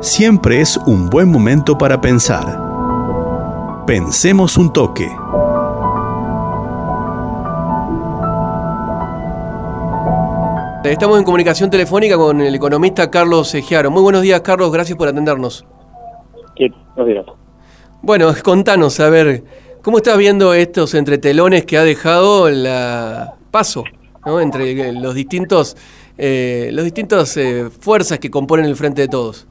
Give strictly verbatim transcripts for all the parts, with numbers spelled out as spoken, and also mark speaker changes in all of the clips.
Speaker 1: siempre es un buen momento para pensar. Pensemos un toque.
Speaker 2: Estamos en comunicación telefónica con el economista Carlos Eggiaro. Muy buenos días, Carlos, gracias por atendernos.
Speaker 3: ¿Qué? Buenos días.
Speaker 2: Bueno, contanos, a ver, ¿cómo estás viendo estos entretelones que ha dejado la PASO, ¿no? Entre los distintos, eh, los distintos eh, fuerzas que componen el Frente de Todos?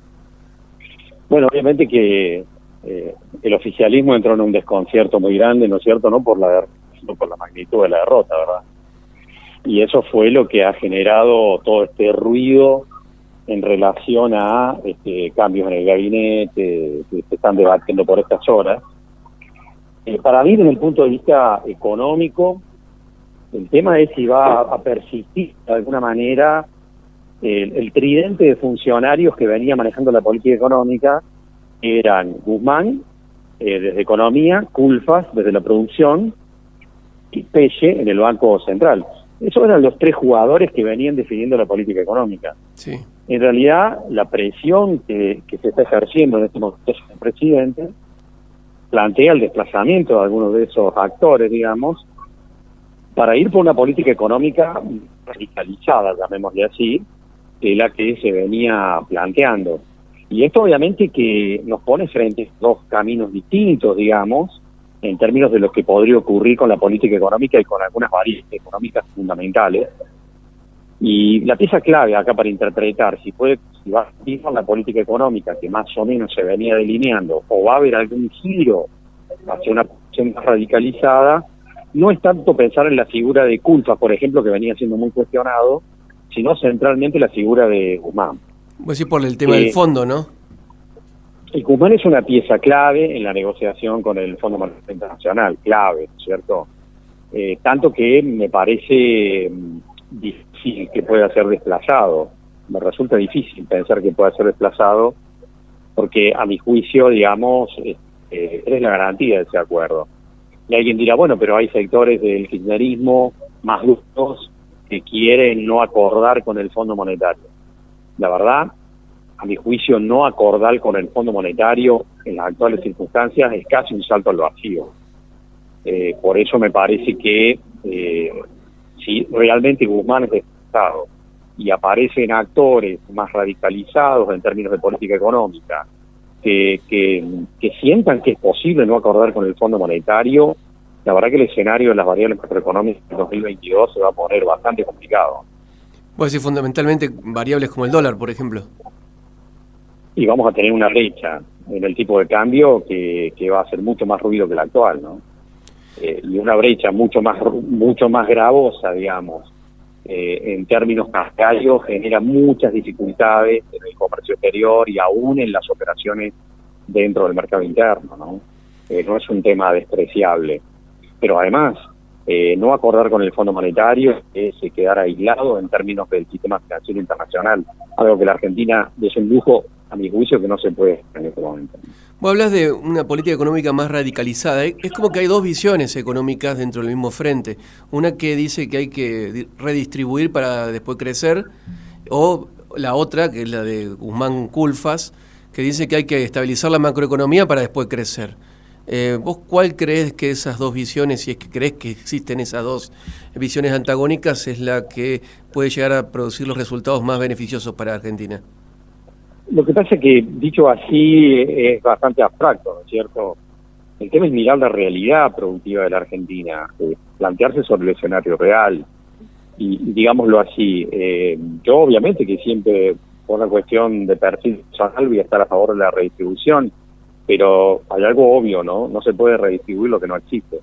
Speaker 3: Bueno, obviamente que eh, el oficialismo entró en un desconcierto muy grande, ¿no es cierto?, no por la no por la magnitud de la derrota, ¿verdad? Y eso fue lo que ha generado todo este ruido en relación a este, cambios en el gabinete que se están debatiendo por estas horas. Eh, para mí, desde el punto de vista económico, el tema es si va a persistir de alguna manera el, el tridente de funcionarios que venía manejando la política económica. Eran Guzmán, eh, desde Economía, Culfas, desde la producción, y Pelle en el Banco Central. Esos eran los tres jugadores que venían definiendo la política económica.
Speaker 2: Sí.
Speaker 3: En realidad, la presión que, que se está ejerciendo en este momento sobre el presidente plantea el desplazamiento de algunos de esos actores, digamos, para ir por una política económica radicalizada, llamémosle así, que la que se venía planteando. Y esto obviamente que nos pone frente a dos caminos distintos, digamos, en términos de lo que podría ocurrir con la política económica y con algunas variables económicas fundamentales. Y la pieza clave acá para interpretar si puede, si va a seguir con la política económica que más o menos se venía delineando, o va a haber algún giro hacia una posición más radicalizada, no es tanto pensar en la figura de Culfas, por ejemplo, que venía siendo muy cuestionado, sino centralmente la figura de Guzmán.
Speaker 2: Pues sí, por el tema eh, del fondo, ¿no?
Speaker 3: Y Guzmán es una pieza clave en la negociación con el Fondo Monetario Internacional, clave, ¿cierto? Eh, tanto que me parece difícil que pueda ser desplazado. Me resulta difícil pensar que pueda ser desplazado porque, a mi juicio, digamos, eh, es la garantía de ese acuerdo. Y alguien dirá, bueno, pero hay sectores del kirchnerismo más duros que quieren no acordar con el Fondo Monetario. La verdad, a mi juicio, no acordar con el Fondo Monetario en las actuales circunstancias es casi un salto al vacío. Eh, por eso me parece que eh, si realmente Guzmán es desplazado y aparecen actores más radicalizados en términos de política económica que, que, que sientan que es posible no acordar con el Fondo Monetario, la verdad que el escenario de las variables macroeconómicas en dos mil veintidós se va a poner bastante complicado.
Speaker 2: Pues sí, fundamentalmente variables como el dólar, por ejemplo.
Speaker 3: Y vamos a tener una brecha en el tipo de cambio que, que va a hacer mucho más ruido que la actual, ¿no? Eh, y una brecha mucho más mucho más gravosa, digamos, eh, en términos cascarios, genera muchas dificultades en el comercio exterior y aún en las operaciones dentro del mercado interno, ¿no? Eh, no es un tema despreciable. Pero además, eh, no acordar con el Fondo Monetario es quedar aislado en términos del sistema financiero internacional, algo que la Argentina es un lujo, a mi juicio, que no se puede en este momento.
Speaker 2: Vos hablas de una política económica más radicalizada. Es como que hay dos visiones económicas dentro del mismo frente. Una que dice que hay que redistribuir para después crecer, o la otra, que es la de Guzmán Culfas, que dice que hay que estabilizar la macroeconomía para después crecer. Eh, ¿Vos cuál crees que esas dos visiones, si es que crees que existen esas dos visiones antagónicas, es la que puede llegar a producir los resultados más beneficiosos para Argentina?
Speaker 3: Lo que pasa es que, dicho así, es bastante abstracto, ¿no es cierto? El tema es mirar la realidad productiva de la Argentina, eh, plantearse sobre el escenario real. Y, y digámoslo así, eh, yo obviamente que siempre, por una cuestión de perfil personal, voy a estar a favor de la redistribución, pero hay algo obvio, ¿no? No se puede redistribuir lo que no existe.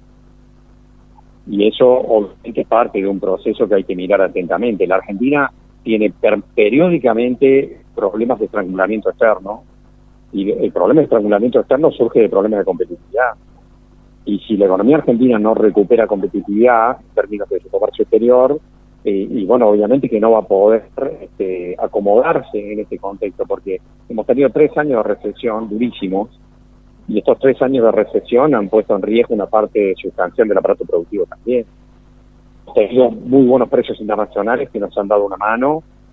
Speaker 3: Y eso obviamente es parte de un proceso que hay que mirar atentamente. La Argentina tiene per periódicamente problemas de estrangulamiento externo, y el problema de estrangulamiento externo surge de problemas de competitividad. Y si la economía argentina no recupera competitividad en términos de su comercio exterior, eh, y bueno, obviamente que no va a poder este, acomodarse en este contexto, porque hemos tenido tres años de recesión durísimos, y estos tres años de recesión han puesto en riesgo una parte sustancial del aparato productivo también. Hemos tenido muy buenos precios internacionales que nos han dado una mano,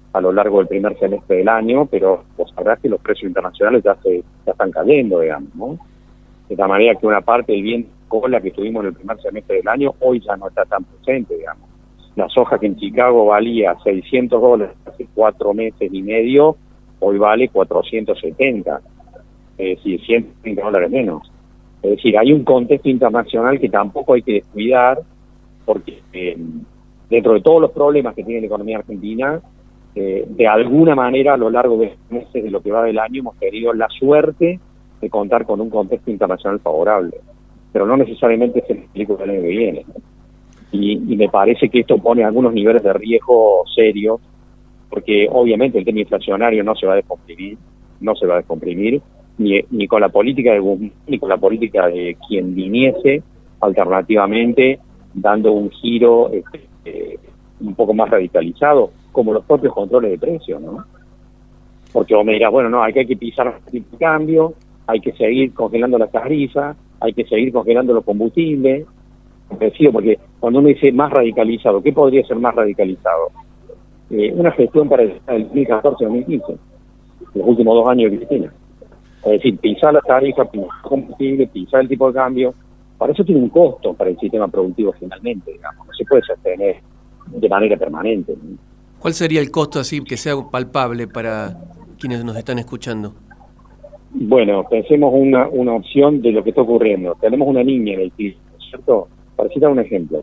Speaker 3: a lo largo del primer semestre del año, pero vos sabrás que los precios internacionales ya se ya están cayendo, digamos, ¿no? De tal manera que una parte del bien cola que tuvimos en el primer semestre del año hoy ya no está tan presente, digamos. La soja que en Chicago valía seiscientos dólares hace cuatro meses y medio, hoy vale cuatrocientos setenta, es decir, ciento treinta dólares menos. Es decir, hay un contexto internacional que tampoco hay que descuidar, porque eh, dentro de todos los problemas que tiene la economía argentina, eh, de alguna manera a lo largo de meses de lo que va del año hemos tenido la suerte de contar con un contexto internacional favorable, pero no necesariamente se explica el año que viene. Y, y me parece que esto pone algunos niveles de riesgo serios, porque obviamente el tema inflacionario no se va a descomprimir, no se va a descomprimir, ni, ni con la política de Guzmán, ni con la política de quien viniese alternativamente, dando un giro este, eh, un poco más radicalizado, como los propios controles de precios, ¿no? Porque vos me dirás, bueno, no, hay que, hay que pisar el tipo de cambio, hay que seguir congelando las tarifas, hay que seguir congelando los combustibles, porque cuando uno dice más radicalizado, ¿qué podría ser más radicalizado? Eh, una gestión para el dos mil catorce dos mil quince, los últimos dos años de Cristina. Es decir, pisar las tarifas, pisar el combustible, pisar el tipo de cambio, para eso tiene un costo para el sistema productivo finalmente, digamos, no se puede sostener de manera permanente, ¿no?
Speaker 2: ¿Cuál sería el costo así que sea palpable para quienes nos están escuchando?
Speaker 3: Bueno, pensemos una, una opción de lo que está ocurriendo. Tenemos una niña en el T I R, ¿cierto? Para citar un ejemplo,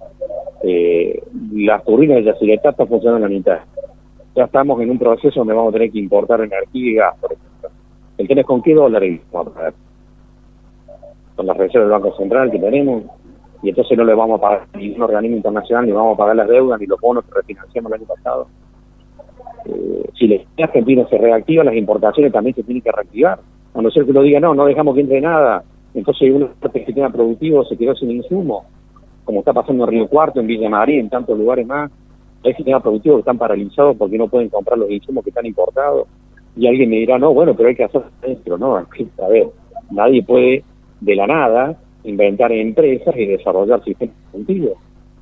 Speaker 3: eh, las turbinas de Yacyretá están funcionando en la mitad. Ya estamos en un proceso donde vamos a tener que importar energía y gas, por ejemplo. El tema es con qué dólares vamos a pagar. Con las reservas del Banco Central que tenemos, y entonces no le vamos a pagar ni un organismo internacional, ni vamos a pagar las deudas, ni los bonos que refinanciamos el año pasado. Eh, si la economía argentina se reactiva, las importaciones también se tienen que reactivar. A no ser que lo diga, no, no dejamos que entre nada. Entonces una parte del sistema productivo se quedó sin insumo, como está pasando en Río Cuarto, en Villa María, en tantos lugares más. Hay sistemas productivos que están paralizados porque no pueden comprar los insumos que están importados. Y alguien me dirá, no, bueno, pero hay que hacerlo dentro. No, a ver, nadie puede de la nada inventar empresas y desarrollar sistemas productivos.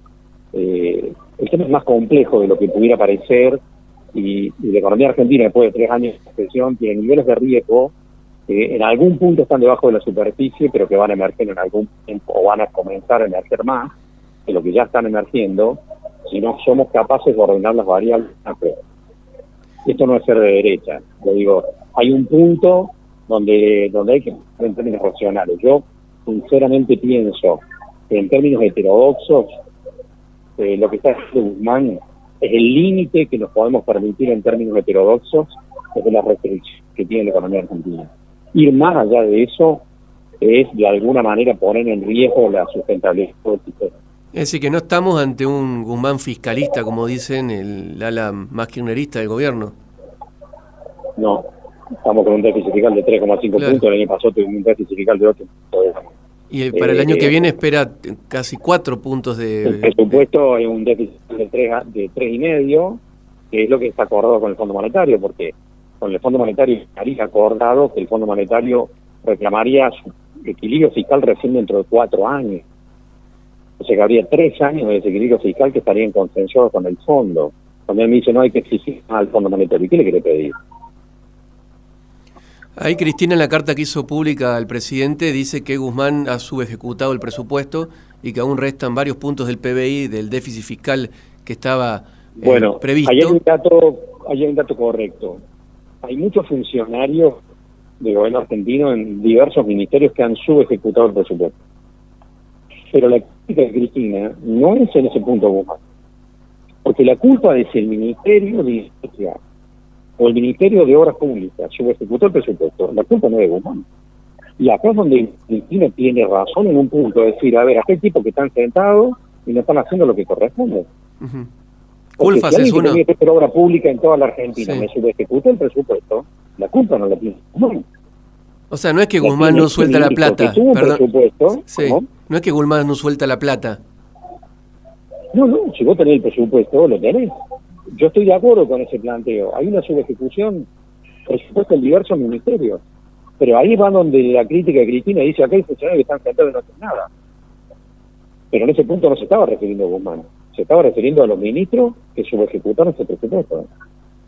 Speaker 3: Eh, el tema es más complejo de lo que pudiera parecer, y, y la economía argentina, después de tres años de recesión, tiene niveles de riesgo que en algún punto están debajo de la superficie, pero que van a emerger en algún tiempo, o van a comenzar a emerger más de lo que ya están emergiendo, si no somos capaces de ordenar las variables. Esto no es ser de derecha, lo digo, hay un punto donde donde hay que pensar en términos racionales. Yo sinceramente pienso que en términos heterodoxos, eh, lo que está haciendo Guzmán es el límite que nos podemos permitir en términos heterodoxos desde la restricción que tiene la economía argentina. Ir más allá de eso es de alguna manera poner en riesgo la sustentabilidad del sistema.
Speaker 2: Es decir, que no estamos ante un Guzmán fiscalista, como dicen el ala más kirchnerista del gobierno.
Speaker 3: No, estamos con un déficit fiscal de tres coma cinco claro. puntos, el año pasado tuvimos un déficit fiscal de ocho puntos.
Speaker 2: Y el, para el año eh, que viene espera casi cuatro puntos de...
Speaker 3: El presupuesto es un déficit de tres, de tres y medio, que es lo que está acordado con el Fondo Monetario, porque con el Fondo Monetario estaría acordado que el Fondo Monetario reclamaría su equilibrio fiscal recién dentro de cuatro años. O sea que habría tres años de desequilibrio fiscal que estarían consensuados con el fondo. Cuando él me dice no hay que exigir al Fondo Monetario, ¿qué le quiere pedir?
Speaker 2: Ahí Cristina, en la carta que hizo pública al presidente, dice que Guzmán ha subejecutado el presupuesto y que aún restan varios puntos del P B I, del déficit fiscal que estaba eh,
Speaker 3: bueno,
Speaker 2: previsto.
Speaker 3: Bueno, hay un dato, hay un dato correcto. Hay muchos funcionarios del gobierno argentino en diversos ministerios que han subejecutado el presupuesto. Pero la crítica de Cristina no es en ese punto Guzmán, porque la culpa es el Ministerio de Industria o el Ministerio de Obras Públicas, subejecutó el presupuesto, la culpa no es de Guzmán. Y acá es donde Cristina tiene razón en un punto, es decir, a ver, acá hay tipos que están sentados y no están haciendo lo que corresponde.
Speaker 2: Uh-huh. Culpas si es uno.
Speaker 3: Si hacer obra pública en toda la Argentina, sí, me subejecutó el presupuesto, la culpa no la tiene Guzmán.
Speaker 2: O sea, no es que Guzmán no suelta la plata. Perdón. Sí. No es que Guzmán no suelta la plata.
Speaker 3: No, no, si vos tenés el presupuesto, lo tenés. Yo estoy de acuerdo con ese planteo. Hay una subejecución presupuesto en diversos ministerios. Pero ahí va donde la crítica de Cristina dice, acá hay funcionarios que están sentados y no hacen nada. Pero en ese punto no se estaba refiriendo a Guzmán. Se estaba refiriendo a los ministros que subejecutaron ese presupuesto.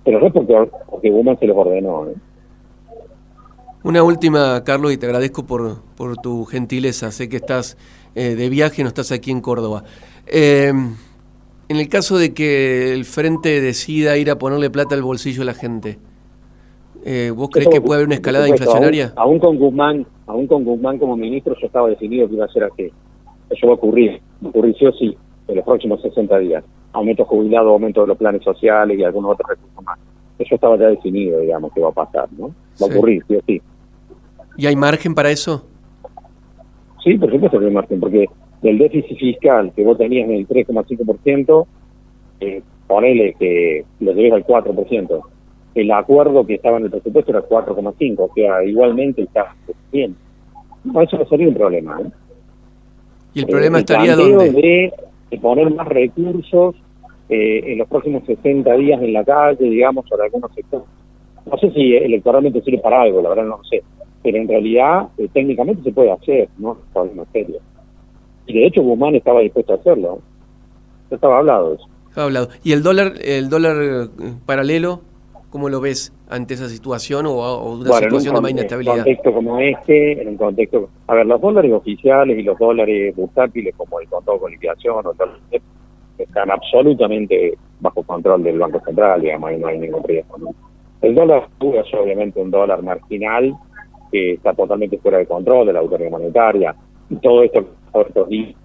Speaker 3: pero no es porque, porque Guzmán se los ordenó, ¿eh?
Speaker 2: Una última, Carlos, y te agradezco por, por tu gentileza. Sé que estás eh, de viaje, no estás aquí en Córdoba. Eh, en el caso de que el Frente decida ir a ponerle plata al bolsillo a la gente, eh, ¿vos crees que puede haber una escalada inflacionaria?
Speaker 3: Aún, aún con Guzmán, aún con Guzmán como ministro, yo estaba definido que iba a ser así. Eso va a ocurrir, va a ocurrir sí o sí, en los próximos sesenta días. Aumento jubilado, aumento de los planes sociales y algunos otros recursos más. Eso estaba ya definido, digamos, que va a pasar, ¿no? Va a
Speaker 2: Sí.
Speaker 3: ocurrir, sí o sí.
Speaker 2: ¿Y hay margen para eso?
Speaker 3: Sí, por supuesto que hay margen, porque del déficit fiscal que vos tenías en el tres coma cinco por ciento, eh, ponele que lo lleves al cuatro por ciento. El acuerdo que estaba en el presupuesto era cuatro coma cinco, o sea, igualmente está bien. No, eso no sería un problema, ¿eh?
Speaker 2: ¿Y el problema
Speaker 3: Eh,
Speaker 2: estaría
Speaker 3: planteo
Speaker 2: dónde?
Speaker 3: De, de poner más recursos eh, en los próximos sesenta días en la calle, digamos, sobre algunos sectores. No sé si electoralmente sirve para algo, la verdad no lo sé, pero en realidad eh, técnicamente se puede hacer, no es un problema serio. Y de hecho Guzmán estaba dispuesto a hacerlo. Ya estaba hablado de eso.
Speaker 2: Ha hablado. ¿Y el dólar, el dólar eh, paralelo, cómo lo ves ante esa situación o, o una
Speaker 3: Bueno,
Speaker 2: situación de más
Speaker 3: en un
Speaker 2: inestabilidad?
Speaker 3: contexto como este, en un contexto... A ver, los dólares oficiales y los dólares bursátiles, como el contado con liquidación, o el dólar, están absolutamente bajo control del Banco Central, digamos, ahí no hay ningún riesgo, ¿no? El dólar es obviamente un dólar marginal que está totalmente fuera de control de la autoridad monetaria, y todo esto por estos días.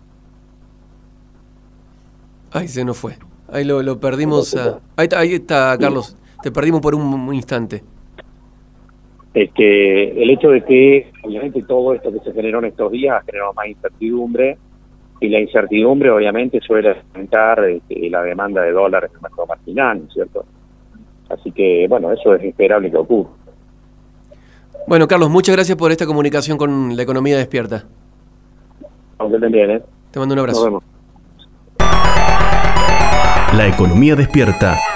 Speaker 2: Ay, se nos fue. Ahí lo, lo perdimos. A... Ahí, está, ahí está, Carlos. Te perdimos por un, un instante.
Speaker 3: Es que el hecho de que, obviamente, todo esto que se generó en estos días ha generado más incertidumbre, y la incertidumbre, obviamente, suele aumentar este, la demanda de dólares en el mercado marginal, ¿cierto? Así que, bueno, eso es esperable que ocurra.
Speaker 2: Bueno, Carlos, muchas gracias por esta comunicación con La Economía Despierta.
Speaker 3: Aunque también, ¿eh?
Speaker 2: Te mando un abrazo.
Speaker 3: Nos vemos.
Speaker 1: La Economía Despierta.